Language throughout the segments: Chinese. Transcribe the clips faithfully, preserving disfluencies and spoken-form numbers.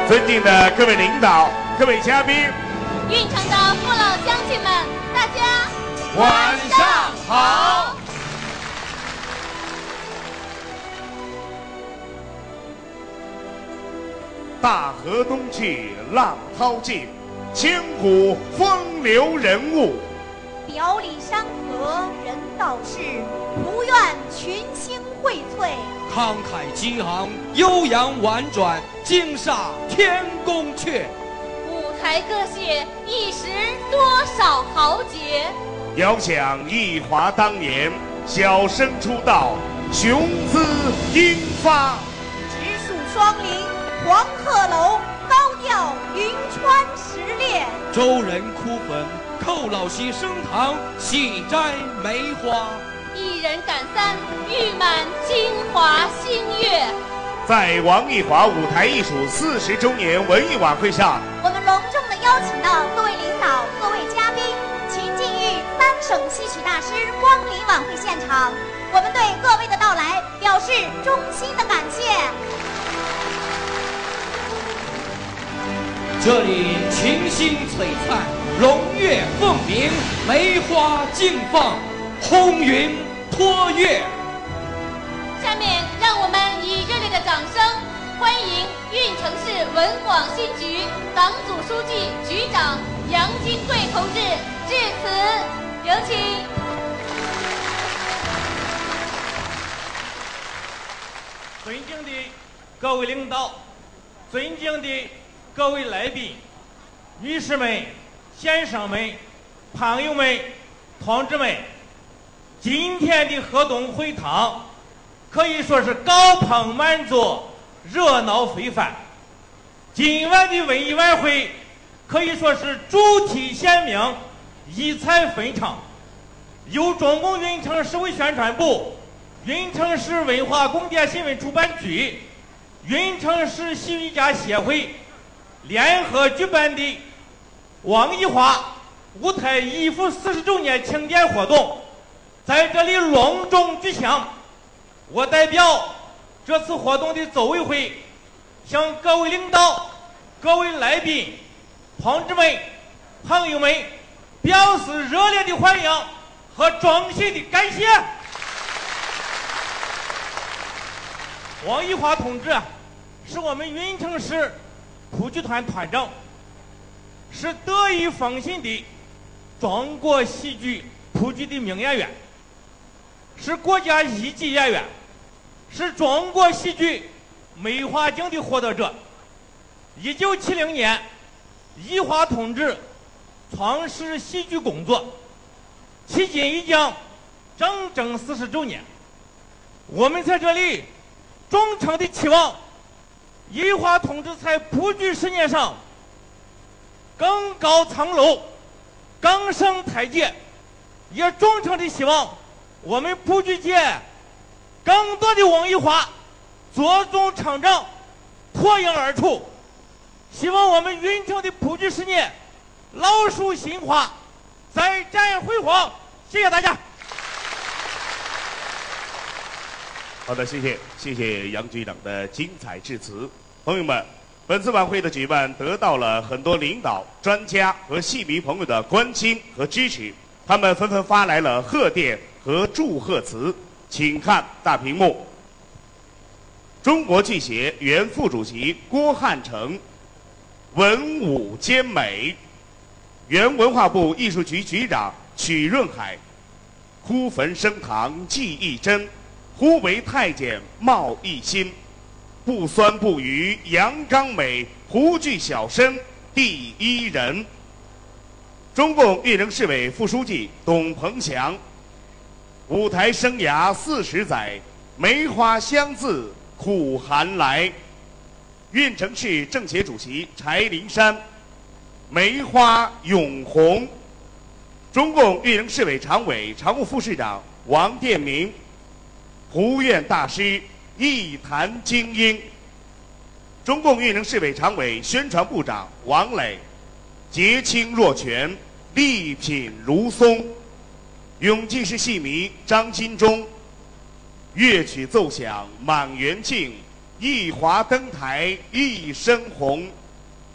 尊敬的各位领导、各位嘉宾， 运城的父老乡亲们，大家晚上好。大河东去，浪淘尽，千古风流人物。 表里山河人道是，不愿群星荟萃。 慷慨激昂，悠扬婉转，惊煞天宫阙。 舞台各谢，一时多少豪杰。 遥想奕华当年，小生出道，雄姿英发。 直属双林，黄鹤楼，高调云川石烈。 周人哭坟，寇老西升堂，喜摘梅花。 一人赶三，誉满京华新月。 在王奕华舞台艺术四十周年文艺晚会上， 我们隆重地邀请到各位领导、各位嘉宾，秦晋豫三省戏曲大师光临晚会现场。我们对各位的到来表示衷心的感谢。 这里群星璀璨，龙跃凤鸣，梅花竞放，轰云托月。 下面让我们以热烈的掌声欢迎运城市文广新局党组书记、局长杨金贵同志致辞，有请。 尊敬的各位领导，尊敬的各位来宾，女士们、先生们、朋友们、同志们，今天的河东会堂可以说是高朋满座，热闹非凡。今晚的文艺晚会可以说是主题鲜明，异彩纷呈，由中共运城市委宣传部、运城市文化广电新闻出版局、运城市戏剧家协会联合举办的王奕华舞台艺术四十周年庆典活动在这里隆重举行。我代表这次活动的组委会，向各位领导、各位来宾、同志们、朋友们表示热烈的欢迎和衷心的感谢。王奕华同志是我们运城市普剧团团长，是德艺风行的中国戏剧普剧的名演员，是国家一级演员，是中国戏剧梅花奖的获得者。一九七零年，奕华同志从事戏剧工作，迄今已经整整四十周年。我们在这里衷诚的期望奕华同志在普剧事业上更高层楼、更上台阶，也衷诚的希望我们普剧界更多的王奕华茁壮成长，脱颖而出。希望我们运城的普剧事业老树新花，再展辉煌。谢谢大家。 好的，谢谢，谢谢杨局长的精彩致辞。朋友们，本次晚会的举办得到了很多领导、专家和戏迷朋友的关心和支持，他们纷纷发来了贺电和祝贺词。请看大屏幕。中国剧协原副主席郭汉成，文武兼美；原文化部艺术局局长曲润海，哭坟升堂技艺真，忽为太监貌一新，不酸不渝阳刚美，胡剧小生第一人。中共运城市委副书记董鹏翔，舞台生涯四十载，梅花香自苦寒来。运城市政协主席柴林山，梅花永红。中共运城市委常委、常务副市长王殿明，胡院大师，艺坛精英。中共运城市委常委、宣传部长王磊，节清若泉，丽品如松。永济市戏迷张金忠，乐曲奏响满园静，奕华登台一声红。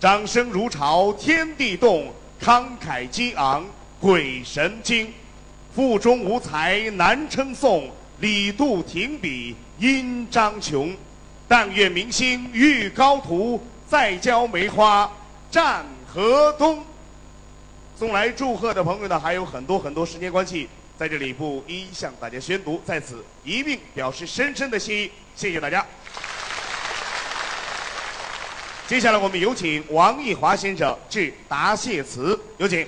掌声如潮天地动，慷慨激昂鬼神惊。腹中无才难称颂，李杜停笔音张琼。但愿明星遇高徒，再教梅花战河东。送来祝贺的朋友呢还有很多很多，时间关系在这里不一一向大家宣读，在此一并表示深深的谢意，谢谢大家。接下来我们有请王义华先生致答谢词，有请。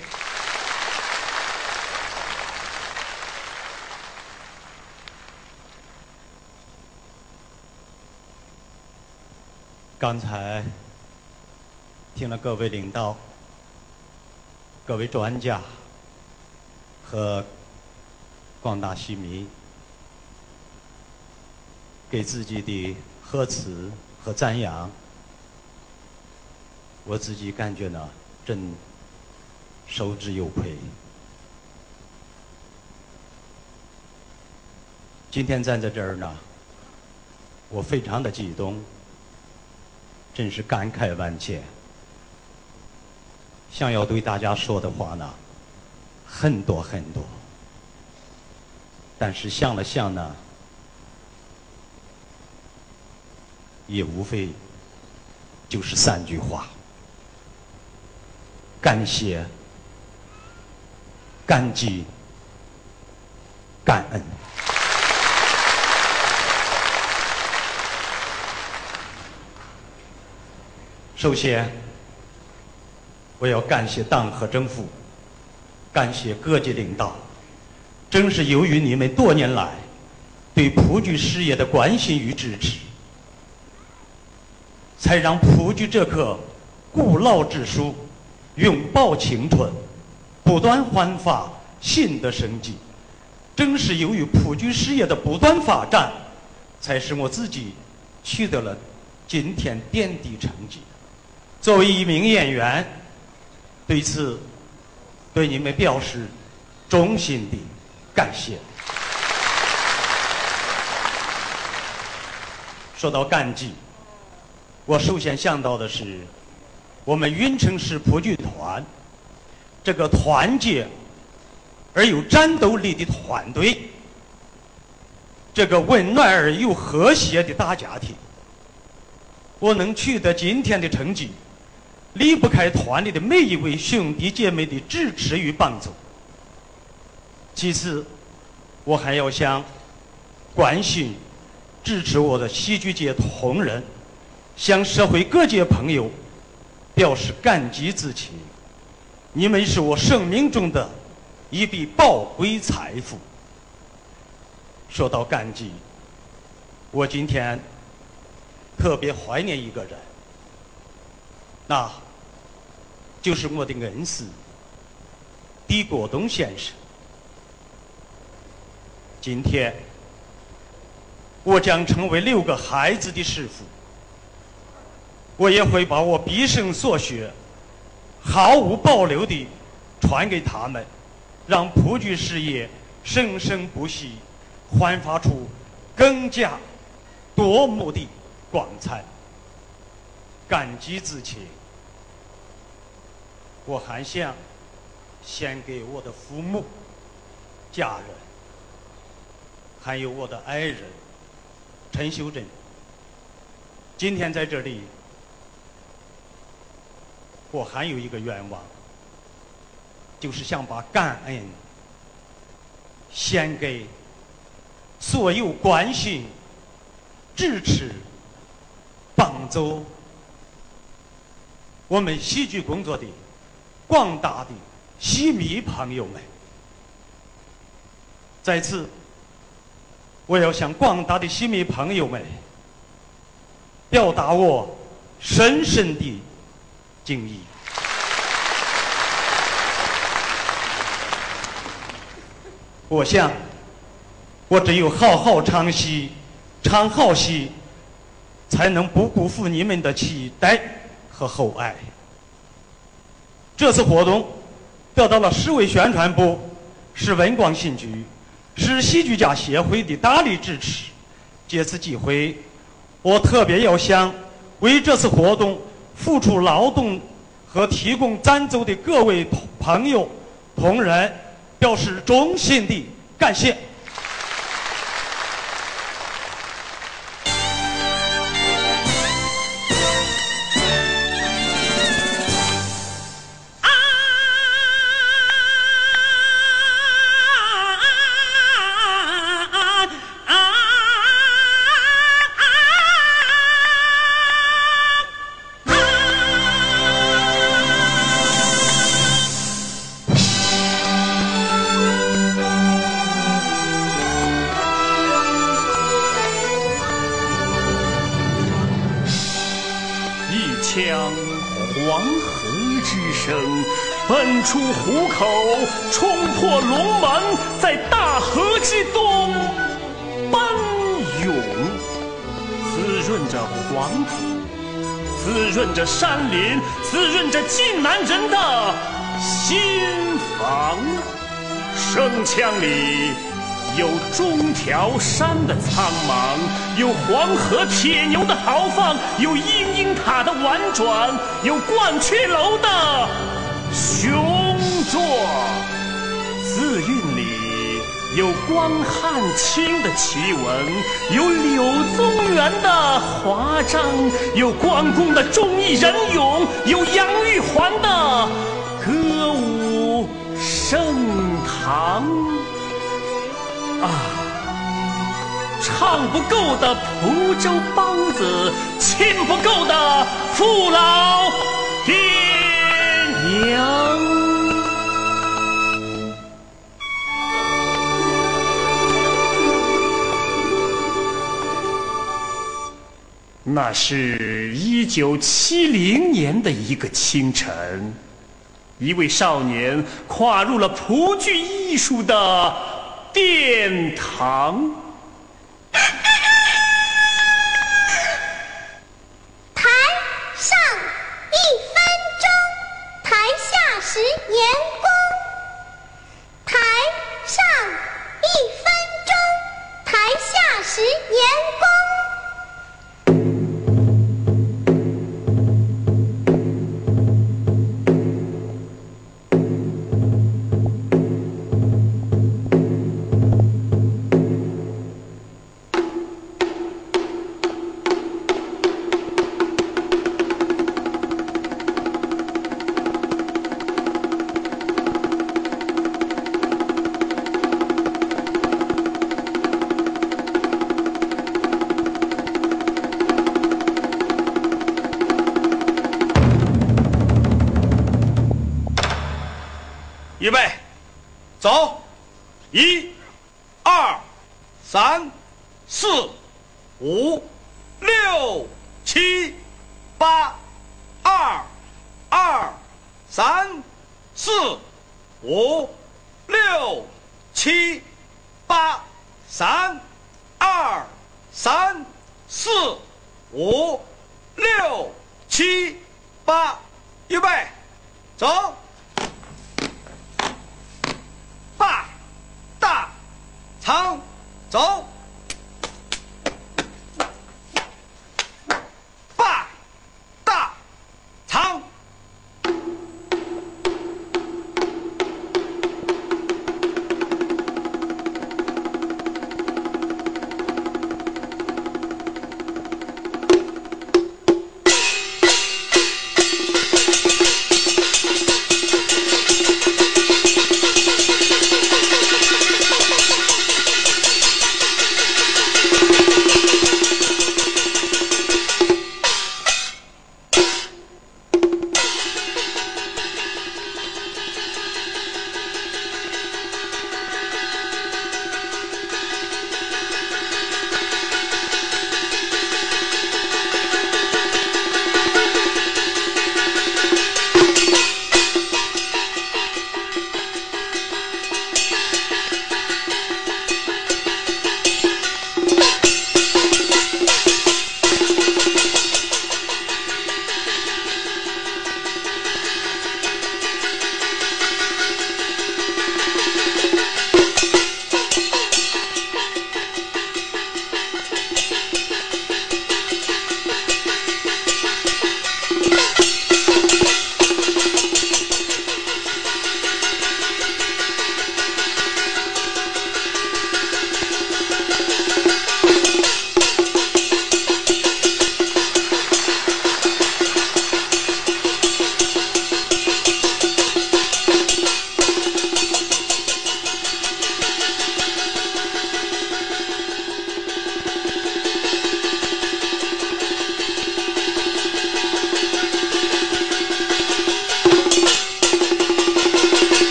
刚才听了各位领导、各位专家和广大戏迷给自己的贺词和赞扬，我自己感觉呢，真受之有愧。今天站在这儿呢，我非常的激动，真是感慨万千。想要对大家说的话呢，很多很多，但是想了想呢，也无非就是三句话：感谢、感激、感恩。首先，我要感谢党和政府，感谢各级领导。正是由于你们多年来对普剧事业的关心与支持，才让普剧这棵古老之树永葆青春，不断焕发新的生机。正是由于普剧事业的不断发展，才使我自己取得了今天点滴成绩。作为一名演员，对此对你们表示衷心的感谢。说到感激，我首先想到的是我们运城市普剧团这个团结而有战斗力的团队，这个温暖而又和谐的大家庭。我能取得今天的成绩，离不开团里的每一位兄弟姐妹的支持与帮助。其次，我还要向关心、支持我的戏剧界同仁，向社会各界朋友表示感激之情。你们是我生命中的一笔宝贵财富。说到感激，我今天特别怀念一个人，那就是我的恩师狄国栋先生。今天我将成为六个孩子的师父，我也会把我毕生所学毫无保留地传给他们，让普剧事业生生不息，焕发出更加夺目的光彩。感激之情，我还想献给我的父母、家人，还有我的爱人陈秀珍。今天在这里，我还有一个愿望，就是想把感恩献给所有关心、支持、帮助我们戏剧工作的广大的戏迷朋友们。在此，我要向广大的戏迷朋友们表达我深深的敬意。我想，我只有好好唱戏，唱好戏，才能不辜负你们的期待和厚爱。这次活动得到了市委宣传部、市文广新局、市戏剧家协会的大力支持。借此机会，我特别要向为这次活动付出劳动和提供赞助的各位朋友、同仁，表示衷心的感谢。 奔出虎口，冲破龙门，在大河之东奔涌，滋润着黄土，滋润着山林，滋润着晋南人的心房。声腔里有中条山的苍茫，有黄河铁牛的豪放，有鹰鹰塔的婉转，有鹳雀楼的雄壮。字韵里有关汉卿的奇文，有柳宗元的华章，有关公的忠义仁勇，有杨玉环的歌舞升堂。啊，唱不够的蒲州梆子，亲不够的父老爹娘。那是一九七零年的一个清晨，一位少年跨入了蒲剧艺术的殿堂。 台上一分钟，台下十年功。台上一分钟，台下十年功。 预备，走！一、二、三、四、五、六、七、八，二、二、三、四、五、六、七、八，三、二、三、四、五、六、七、八，预备，走！大大长走，大大长。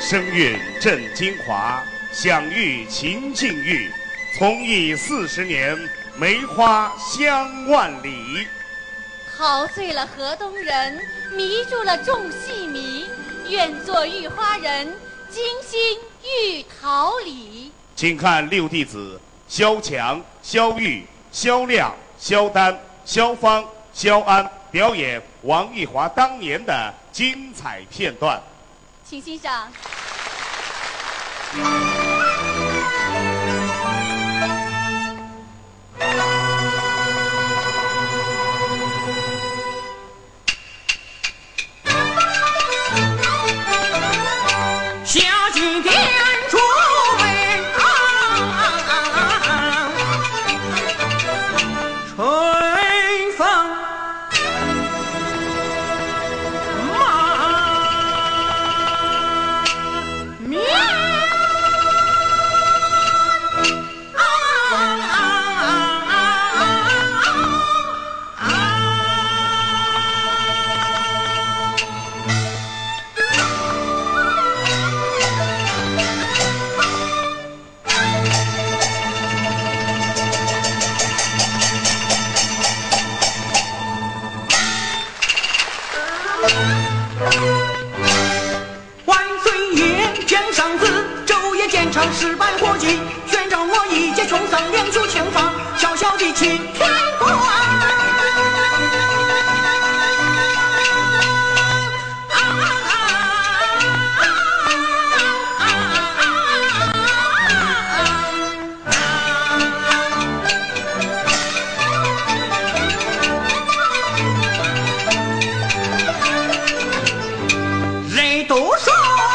声韵震京华，享誉秦晋域，从艺四十年，梅花香万里。 陶醉了河东人，迷住了众戏迷。愿做玉花人，精心玉桃李。 请看六弟子萧强、萧玉、萧亮、萧丹、萧芳、萧安表演王玉华当年的精彩片段， 请欣赏。 下几天出门啊，春风满面万岁爷将上子，昼夜兼程十百伙计，宣召我一介穷僧两袖青发，小小的七天官。人都说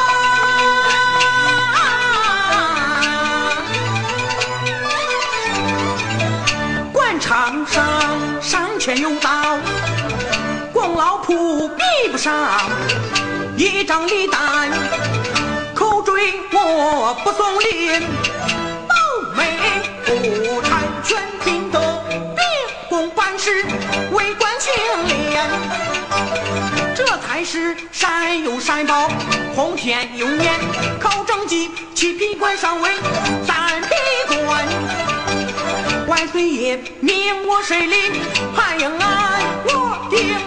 官场上山前有道，功劳谱比不上一张礼单，口追我不送礼，保媒不贪全凭得秉公办事，为官清廉，这才是善有善报，红天有眼，靠政绩，七品官上位，三品官。万岁爷命我水里判应案，我定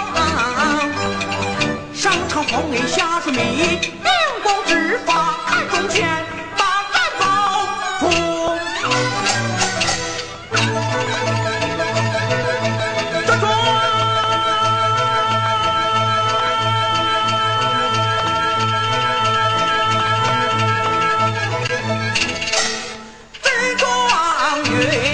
要上朝皇恩下水民，秉公执法看中间，把案报复。这说知状元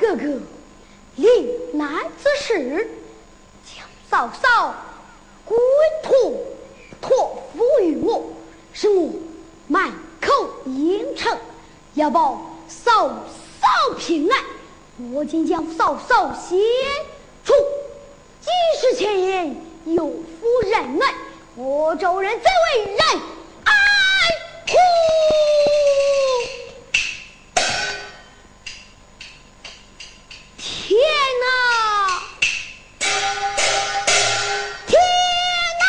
这个岭南之事，将嫂嫂归托托付于我，使我满口应承，要保嫂嫂平安。我今将嫂嫂先出，即使前言有负人难，我周人怎为人爱护？天哪！天哪！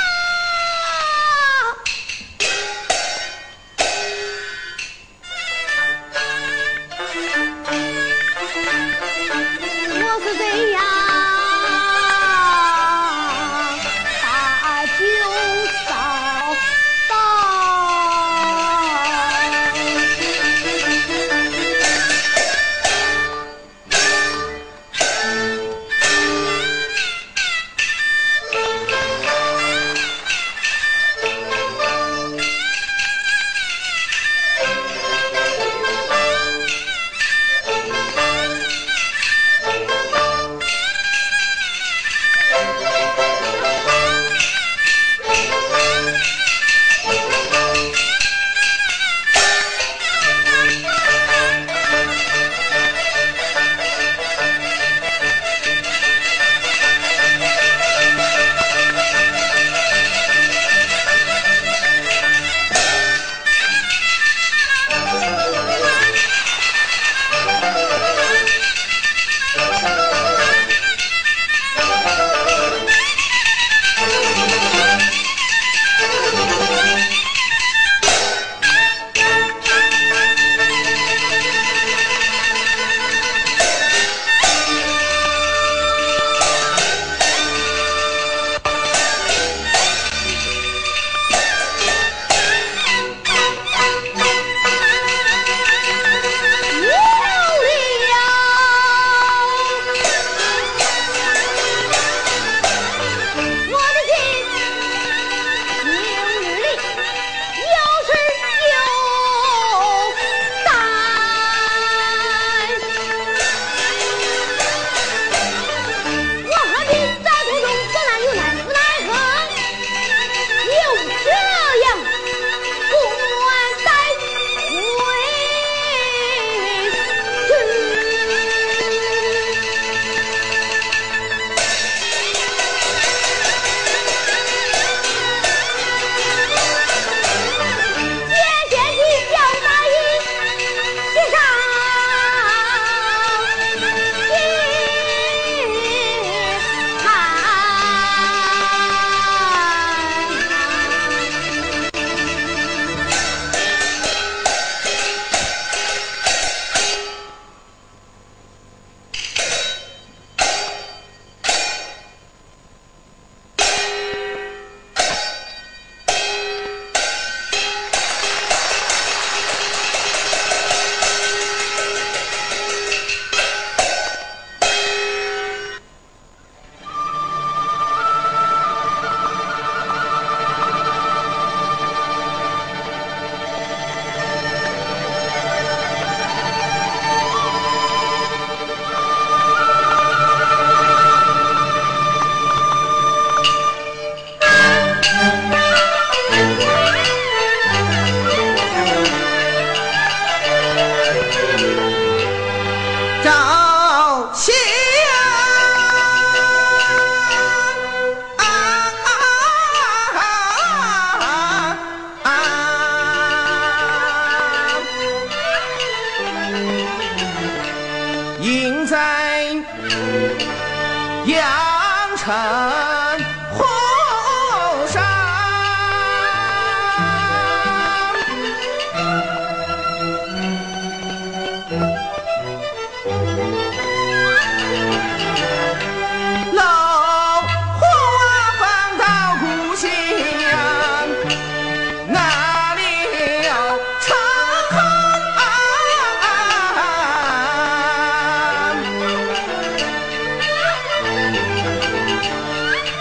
我是怎样把酒扫扫？阳城湖上，老花放到故乡，哪里有长河岸？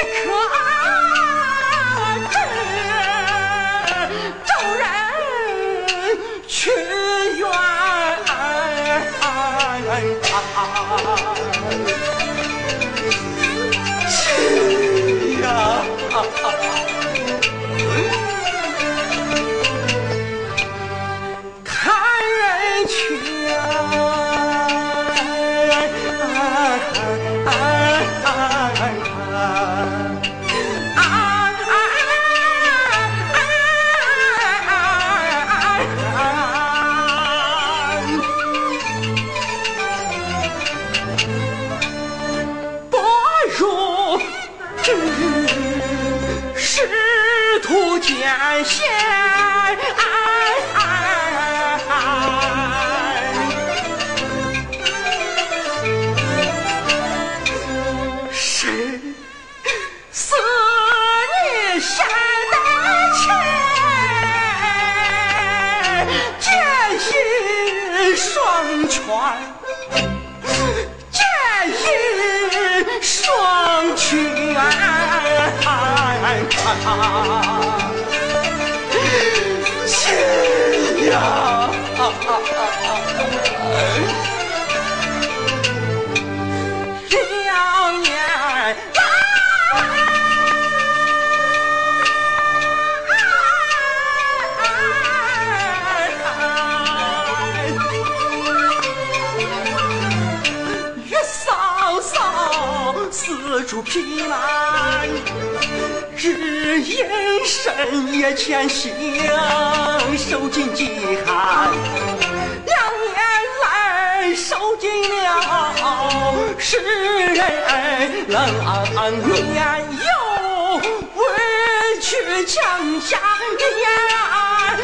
前行，受尽饥寒，两年来受尽了世人冷眼，又委屈强下言，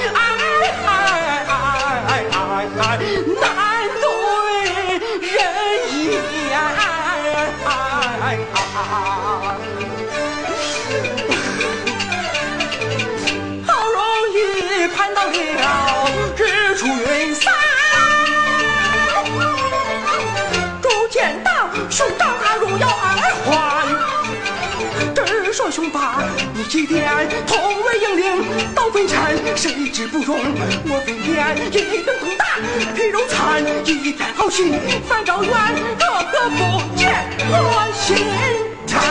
难对人言。盼到了日出云散，朱见到兄长他如要二还，只说兄爸你几点同为英灵到分产，谁知不容我分辨一等同大皮肉残，一片好心反照远，个个不见我心颤。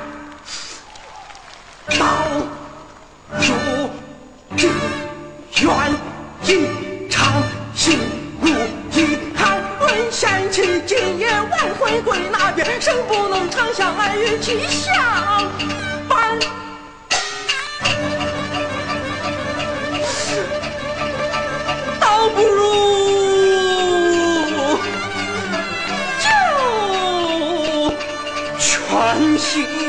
到如今愿一场心如遗憾，论贤妻今夜晚回归那边，生不能长相爱与其相伴。倒不如就全心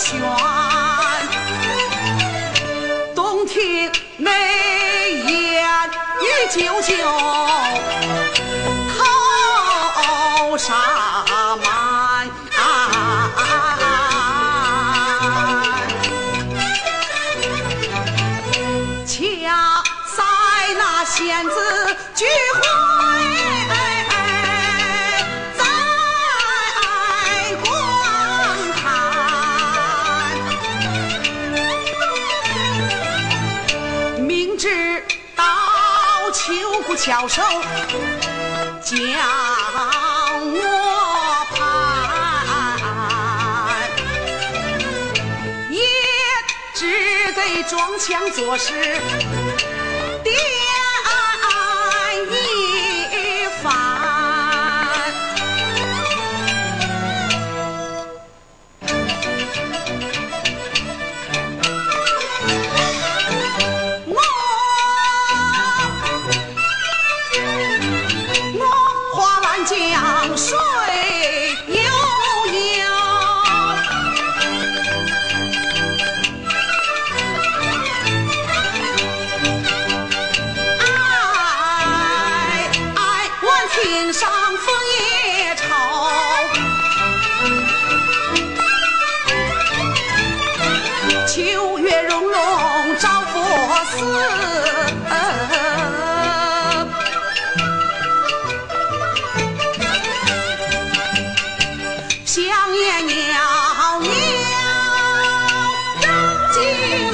旋，洞庭美艳玉九九，头上满。恰在那仙子聚会。秋姑翘首将我盼，也只得装腔作势点一番。江水悠悠，哎哎，闻庭上风也潮，秋月融融照佛寺。香烟袅袅绕进牢，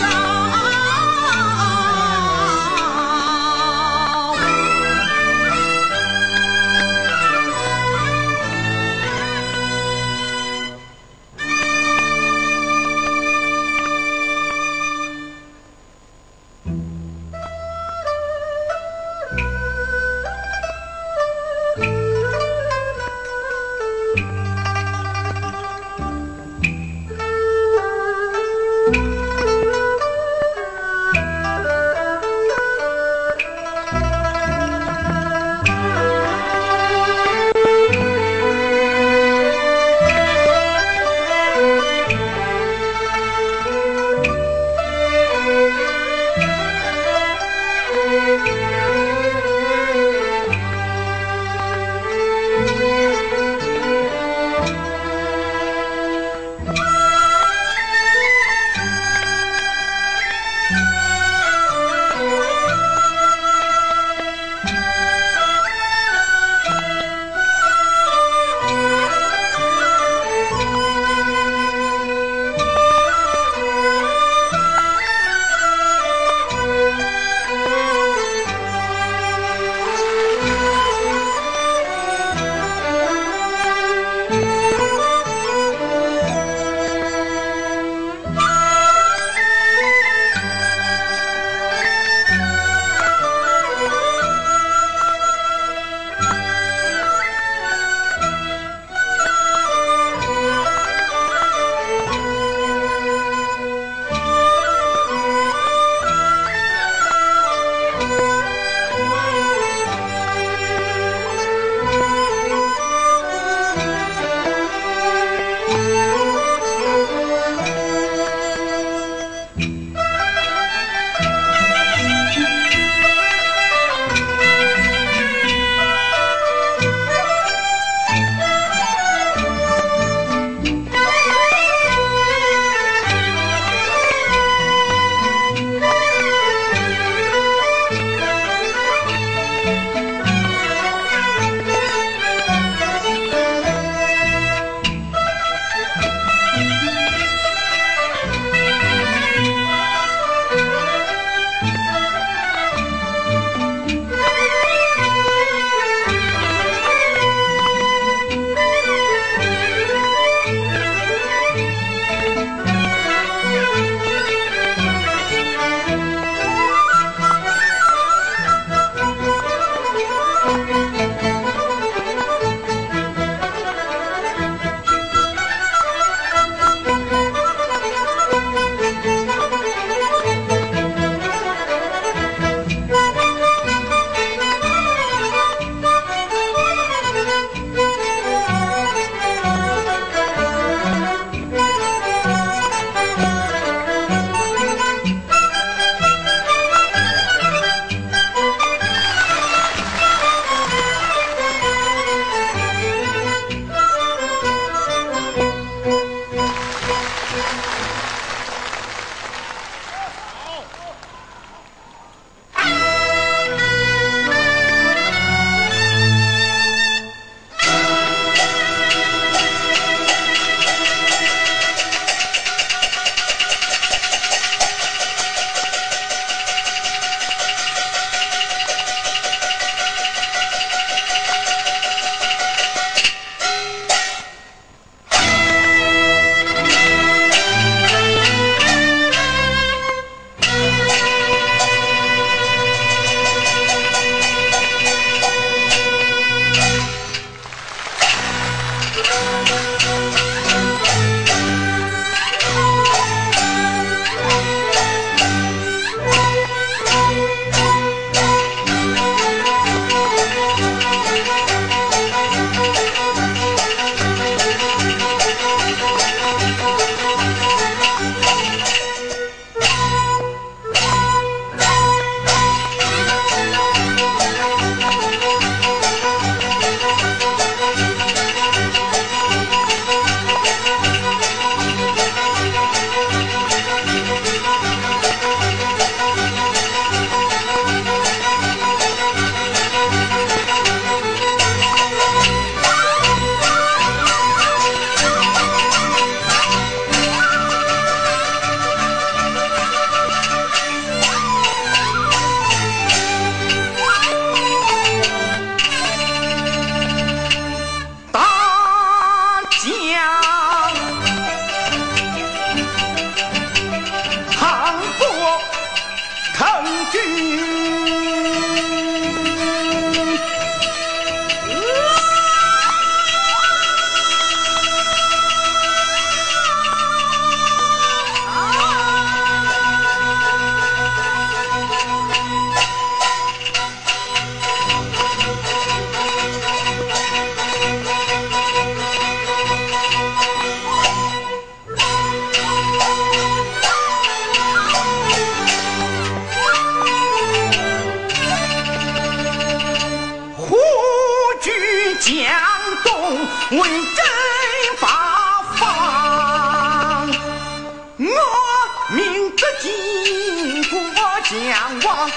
为朕发放。我名字金国将王，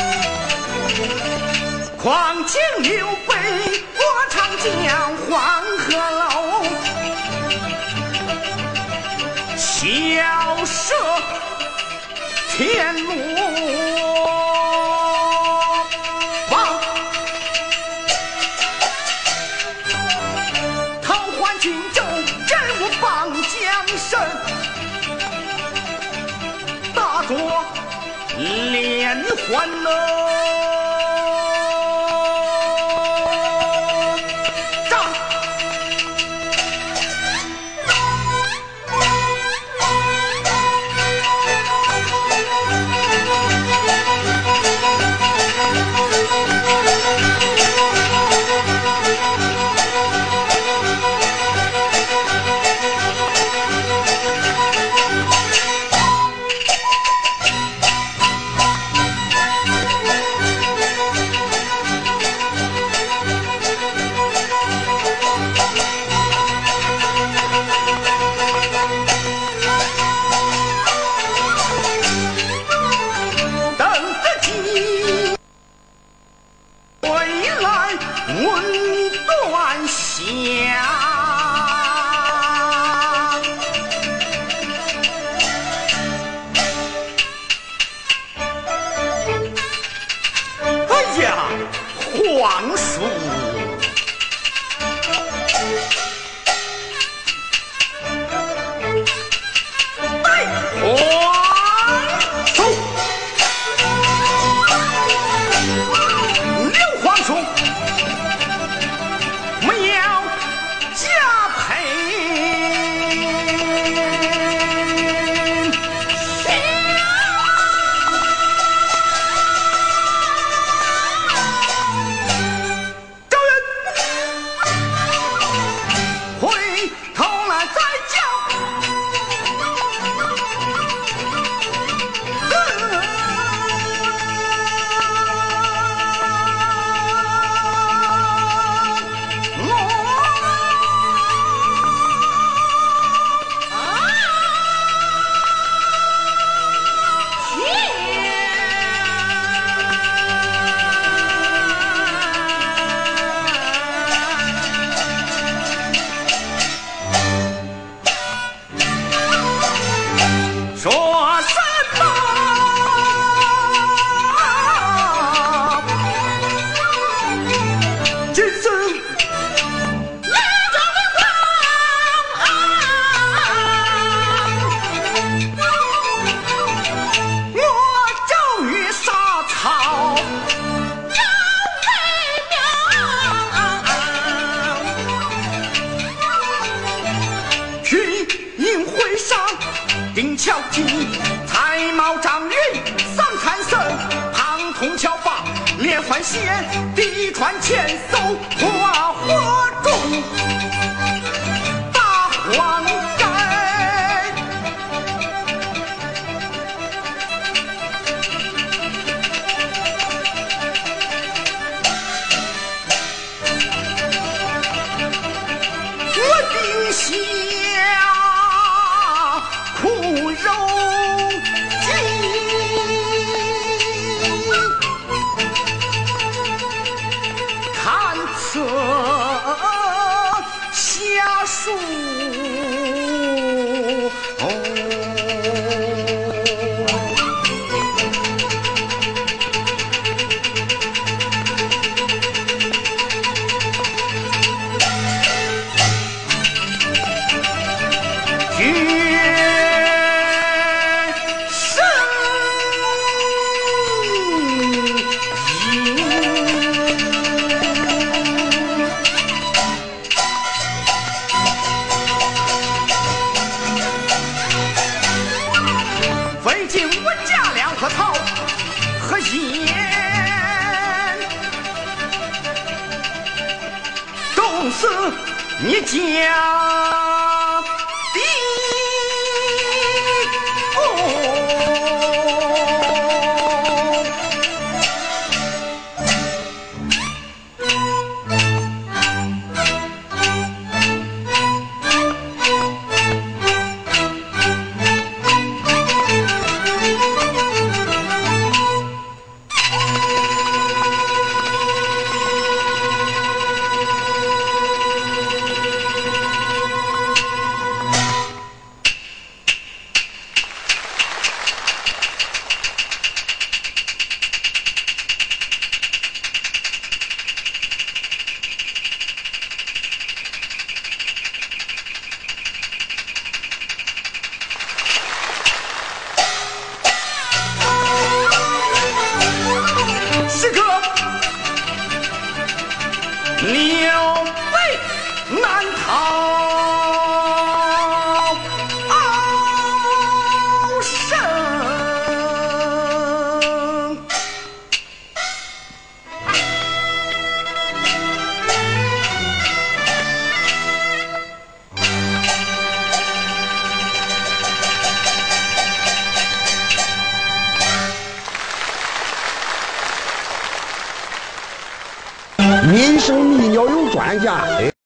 狂情刘备，我长江黄河楼，小射天罗王，讨还荆州，真无帮江神，大作连环楼。黄叔，哎，黄叔，刘皇叔，我要加配。定桥记，才貌张云，桑参僧，庞通桥法，连环线，地川前搜，花火中，大荒盖。我定下苦肉计，看策下书。和草和盐，都是你家的哦。 民生泌尿有专家。哎